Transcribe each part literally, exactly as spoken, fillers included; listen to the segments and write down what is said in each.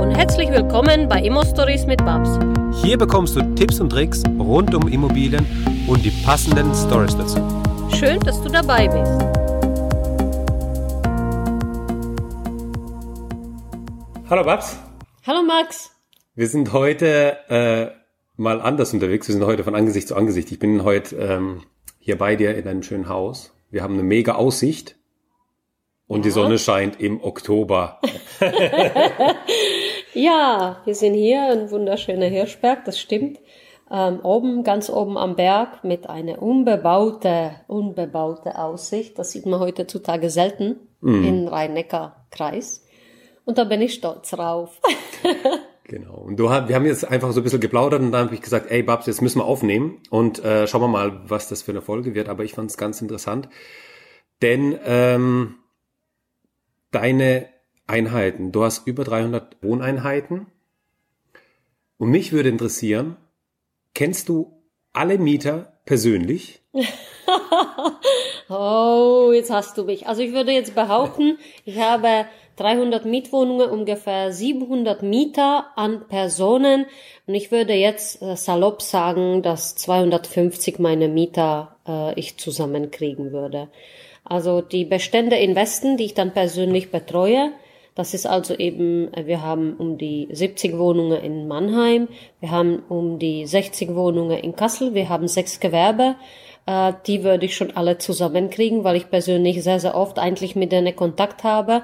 und herzlich willkommen bei Immo-Stories mit Babs. Hier bekommst du Tipps und Tricks rund um Immobilien und die passenden Stories dazu. Schön, dass du dabei bist. Hallo Babs. Hallo Max. Wir sind heute äh, mal anders unterwegs. Wir sind heute von Angesicht zu Angesicht. Ich bin heute ähm, hier bei dir in einem schönen Haus. Wir haben eine mega Aussicht. Und ja. Die Sonne scheint im Oktober. Ja, wir sind hier, ein wunderschöner Hirschberg, das stimmt. Ähm, oben, ganz oben am Berg mit einer unbebaute, unbebaute Aussicht. Das sieht man heutzutage selten mm. im Rhein-Neckar-Kreis. Und da bin ich stolz drauf. Genau. Und du, wir haben jetzt einfach so ein bisschen geplaudert und dann habe ich gesagt, ey Babs, jetzt müssen wir aufnehmen und äh, schauen wir mal, was das für eine Folge wird. Aber ich fand es ganz interessant, denn ähm, deine Einheiten, du hast über dreihundert Wohneinheiten und mich würde interessieren, kennst du alle Mieter persönlich? Oh, jetzt hast du mich. Also ich würde jetzt behaupten, ich habe dreihundert Mietwohnungen, ungefähr siebenhundert Mieter an Personen und ich würde jetzt äh, salopp sagen, dass zweihundertfünfzig meine Mieter äh, ich zusammenkriegen würde. Also die Bestände in Westen, die ich dann persönlich betreue, das ist also eben, wir haben um die siebzig Wohnungen in Mannheim, wir haben um die sechzig Wohnungen in Kassel, wir haben sechs Gewerbe, äh, die würde ich schon alle zusammenkriegen, weil ich persönlich sehr, sehr oft eigentlich mit denen Kontakt habe.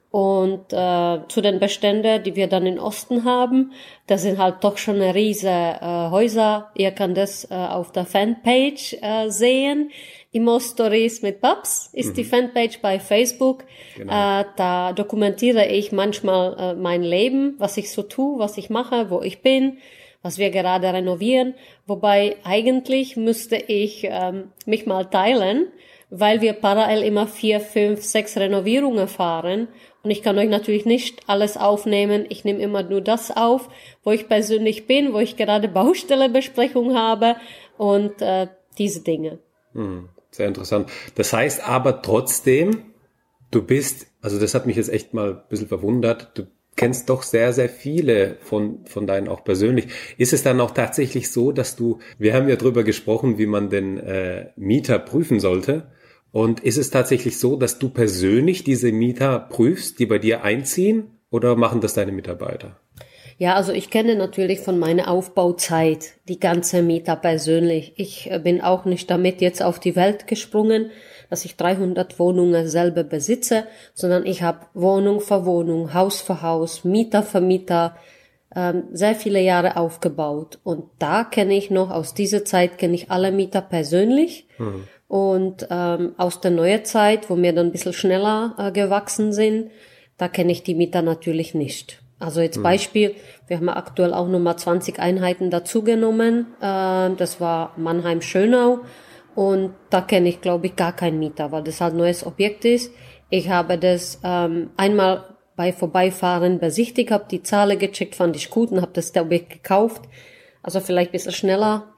Und äh, zu den Beständen, die wir dann in Osten haben, das sind halt doch schon eine riese äh, Häuser. Ihr könnt das äh, auf der Fanpage äh, sehen. Immo-Stories mit Babs ist mhm. die Fanpage bei Facebook. Genau. Äh, da dokumentiere ich manchmal äh, mein Leben, was ich so tue, was ich mache, wo ich bin, was wir gerade renovieren. Wobei eigentlich müsste ich ähm, mich mal teilen, weil wir parallel immer vier, fünf, sechs Renovierungen fahren. Und ich kann euch natürlich nicht alles aufnehmen. Ich nehme immer nur das auf, wo ich persönlich bin, wo ich gerade Baustellenbesprechung habe und äh, diese Dinge. Hm, sehr interessant. Das heißt aber trotzdem, du bist, also das hat mich jetzt echt mal ein bisschen verwundert, du kennst doch sehr, sehr viele von von deinen auch persönlich. Ist es dann auch tatsächlich so, dass du, wir haben ja drüber gesprochen, wie man den äh, Mieter prüfen sollte. Und ist es tatsächlich so, dass du persönlich diese Mieter prüfst, die bei dir einziehen, oder machen das deine Mitarbeiter? Ja, also ich kenne natürlich von meiner Aufbauzeit die ganze Mieter persönlich. Ich bin auch nicht damit jetzt auf die Welt gesprungen, dass ich dreihundert Wohnungen selber besitze, sondern ich habe Wohnung für Wohnung, Haus für Haus, Mieter für Mieter, ähm, sehr viele Jahre aufgebaut. Und da kenne ich noch, aus dieser Zeit kenne ich alle Mieter persönlich. Mhm. Und ähm, aus der neuen Zeit, wo wir dann ein bisschen schneller äh, gewachsen sind, da kenne ich die Mieter natürlich nicht. Also jetzt mhm. Beispiel, wir haben aktuell auch nochmal zwanzig Einheiten dazugenommen. Äh, das war Mannheim-Schönau. Und da kenne ich, glaube ich, gar keinen Mieter, weil das halt ein neues Objekt ist. Ich habe das ähm, einmal bei Vorbeifahren besichtigt, habe die Zahlen gecheckt, fand ich gut und habe das Objekt gekauft. Also vielleicht ein bisschen schneller.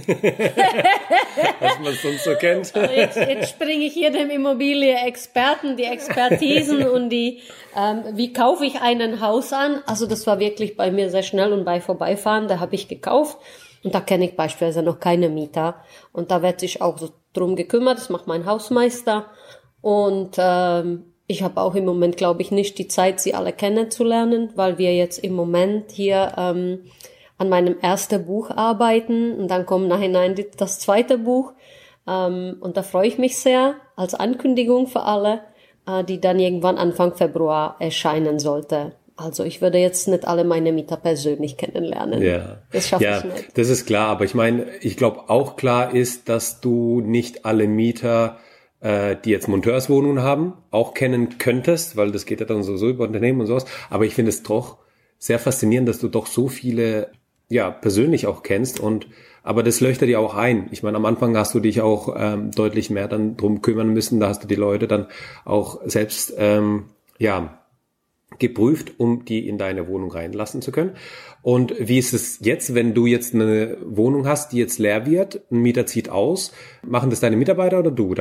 Was man sonst so kennt. Jetzt, jetzt springe ich hier dem Immobilie-Experten, die Expertisen und die, ähm, wie kaufe ich einen Haus an? Also das war wirklich bei mir sehr schnell und bei Vorbeifahren, da habe ich gekauft. Und da kenne ich beispielsweise noch keine Mieter. Und da wird sich auch so drum gekümmert, das macht mein Hausmeister. Und ähm, ich habe auch im Moment, glaube ich, nicht die Zeit, sie alle kennenzulernen, weil wir jetzt im Moment hier ähm, an meinem ersten Buch arbeiten und dann kommt nachhinein das zweite Buch ähm, und da freue ich mich sehr als Ankündigung für alle, äh, die dann irgendwann Anfang Februar erscheinen sollte. Also ich würde jetzt nicht alle meine Mieter persönlich kennenlernen. Ja, das schaffe ja, ich nicht. Das ist klar, aber ich meine, ich glaube auch klar ist, dass du nicht alle Mieter, äh, die jetzt Monteurswohnungen haben, auch kennen könntest, weil das geht ja dann sowieso über Unternehmen und sowas. Aber ich finde es doch sehr faszinierend, dass du doch so viele ja persönlich auch kennst und aber das leuchtet dir auch ein. Ich meine, am Anfang hast du dich auch ähm, deutlich mehr dann drum kümmern müssen. Da hast du die Leute dann auch selbst ähm, ja geprüft, um die in deine Wohnung reinlassen zu können. Und wie ist es jetzt, wenn du jetzt eine Wohnung hast, die jetzt leer wird, ein Mieter zieht aus, machen das deine Mitarbeiter oder du dann?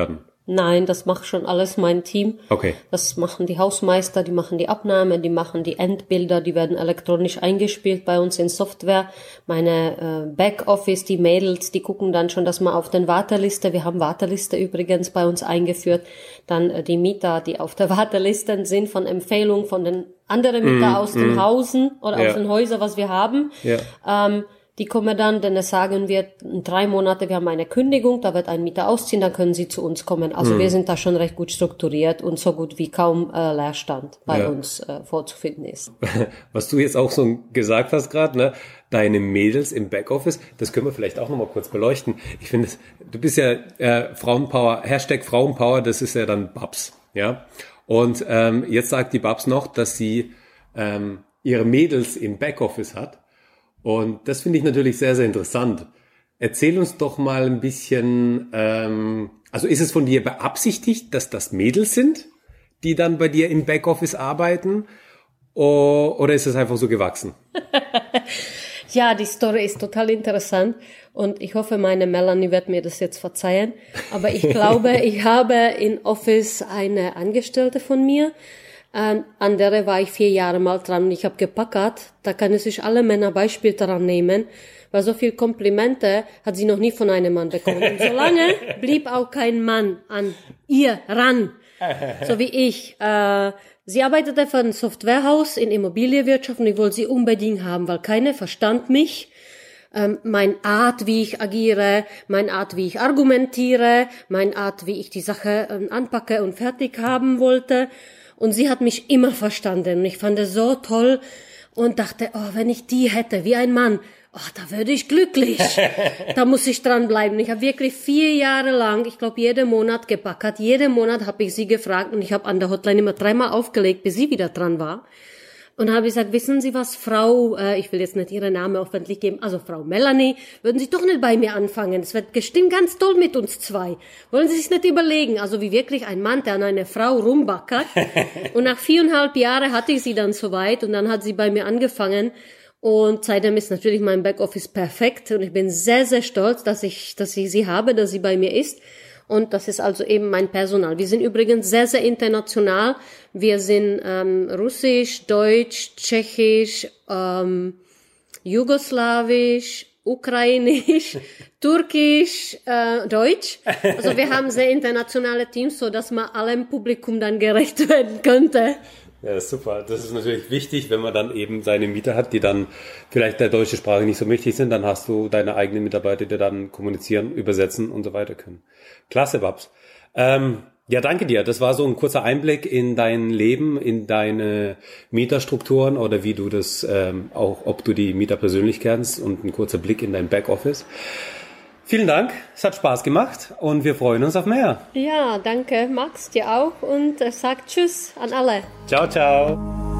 Nein, das macht schon alles mein Team. Okay. Das machen die Hausmeister, die machen die Abnahme, die machen die Endbilder, die werden elektronisch eingespielt bei uns in Software. Meine äh, Backoffice, die Mädels, die gucken dann schon, dass man auf den Warteliste, wir haben Warteliste übrigens bei uns eingeführt, dann äh, die Mieter, die auf der Warteliste sind, von Empfehlung von den anderen Mietern mm, aus mm. den Hausen oder ja. aus den Häusern, was wir haben. Ja. Ähm, Die kommen dann, denn es sagen wir, in drei Monate, wir haben eine Kündigung, da wird ein Mieter ausziehen, dann können sie zu uns kommen. Also mhm. wir sind da schon recht gut strukturiert und so gut wie kaum äh, Leerstand bei ja. uns äh, vorzufinden ist. Was du jetzt auch so gesagt hast gerade, ne, deine Mädels im Backoffice, das können wir vielleicht auch nochmal kurz beleuchten. Ich finde, du bist ja äh, Frauenpower, Hashtag Frauenpower, das ist ja dann Babs, ja. Und ähm, jetzt sagt die Babs noch, dass sie ähm, ihre Mädels im Backoffice hat. Und das finde ich natürlich sehr, sehr interessant. Erzähl uns doch mal ein bisschen, ähm, also ist es von dir beabsichtigt, dass das Mädels sind, die dann bei dir im Backoffice arbeiten? Oder ist es einfach so gewachsen? Ja, die Story ist total interessant und ich hoffe, meine Melanie wird mir das jetzt verzeihen. Aber ich glaube, ich habe in Office eine Angestellte von mir, Ähm, an der war ich vier Jahre mal dran und ich habe gepackert. Da können sich alle Männer Beispiel daran nehmen, weil so viel Komplimente hat sie noch nie von einem Mann bekommen. Und solange blieb auch kein Mann an ihr ran, so wie ich. Äh, sie arbeitete für ein Softwarehaus in Immobilienwirtschaft und ich wollte sie unbedingt haben, weil keiner verstand mich. Ähm, mein Art, wie ich agiere, mein Art, wie ich argumentiere, mein Art, wie ich die Sache äh, anpacke und fertig haben wollte. Und sie hat mich immer verstanden und ich fand es so toll und dachte, oh, wenn ich die hätte, wie ein Mann, oh, da würde ich glücklich. Da muss ich dranbleiben. Ich habe wirklich vier Jahre lang, ich glaube, jeden Monat gebackert. Jeden Monat habe ich sie gefragt und ich habe an der Hotline immer dreimal aufgelegt, bis sie wieder dran war. Und dann habe ich gesagt, wissen Sie was, Frau, äh, ich will jetzt nicht Ihren Namen öffentlich geben, also Frau Melanie, würden Sie doch nicht bei mir anfangen? Es wird bestimmt ganz toll mit uns zwei. Wollen Sie sich nicht überlegen? Also wie wirklich ein Mann, der an eine Frau rumbackert. Und nach viereinhalb Jahren hatte ich sie dann soweit und dann hat sie bei mir angefangen. Und seitdem ist natürlich mein Backoffice perfekt und ich bin sehr, sehr stolz, dass ich, dass ich sie habe, dass sie bei mir ist. Und das ist also eben mein Personal. Wir sind übrigens sehr, sehr international. Wir sind ähm, Russisch, Deutsch, Tschechisch, ähm, Jugoslawisch, Ukrainisch, Türkisch, äh, Deutsch. Also wir haben sehr internationale Teams, so dass man allem Publikum dann gerecht werden könnte. Ja, super. Das ist natürlich wichtig, wenn man dann eben seine Mieter hat, die dann vielleicht der deutschen Sprache nicht so mächtig sind, dann hast du deine eigenen Mitarbeiter, die dann kommunizieren, übersetzen und so weiter können. Klasse, Babs. Ähm, ja, danke dir. Das war so ein kurzer Einblick in dein Leben, in deine Mieterstrukturen oder wie du das ähm, auch, ob du die Mieter persönlich kennst und ein kurzer Blick in dein Backoffice. Vielen Dank, es hat Spaß gemacht und wir freuen uns auf mehr. Ja, danke, Max, dir auch und äh, sag Tschüss an alle. Ciao, ciao.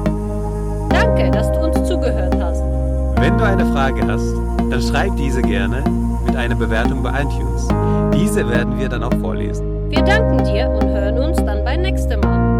Danke, dass du uns zugehört hast. Wenn du eine Frage hast, dann schreib diese gerne mit einer Bewertung bei iTunes. Diese werden wir dann auch vorlesen. Wir danken dir und hören uns dann beim nächsten Mal.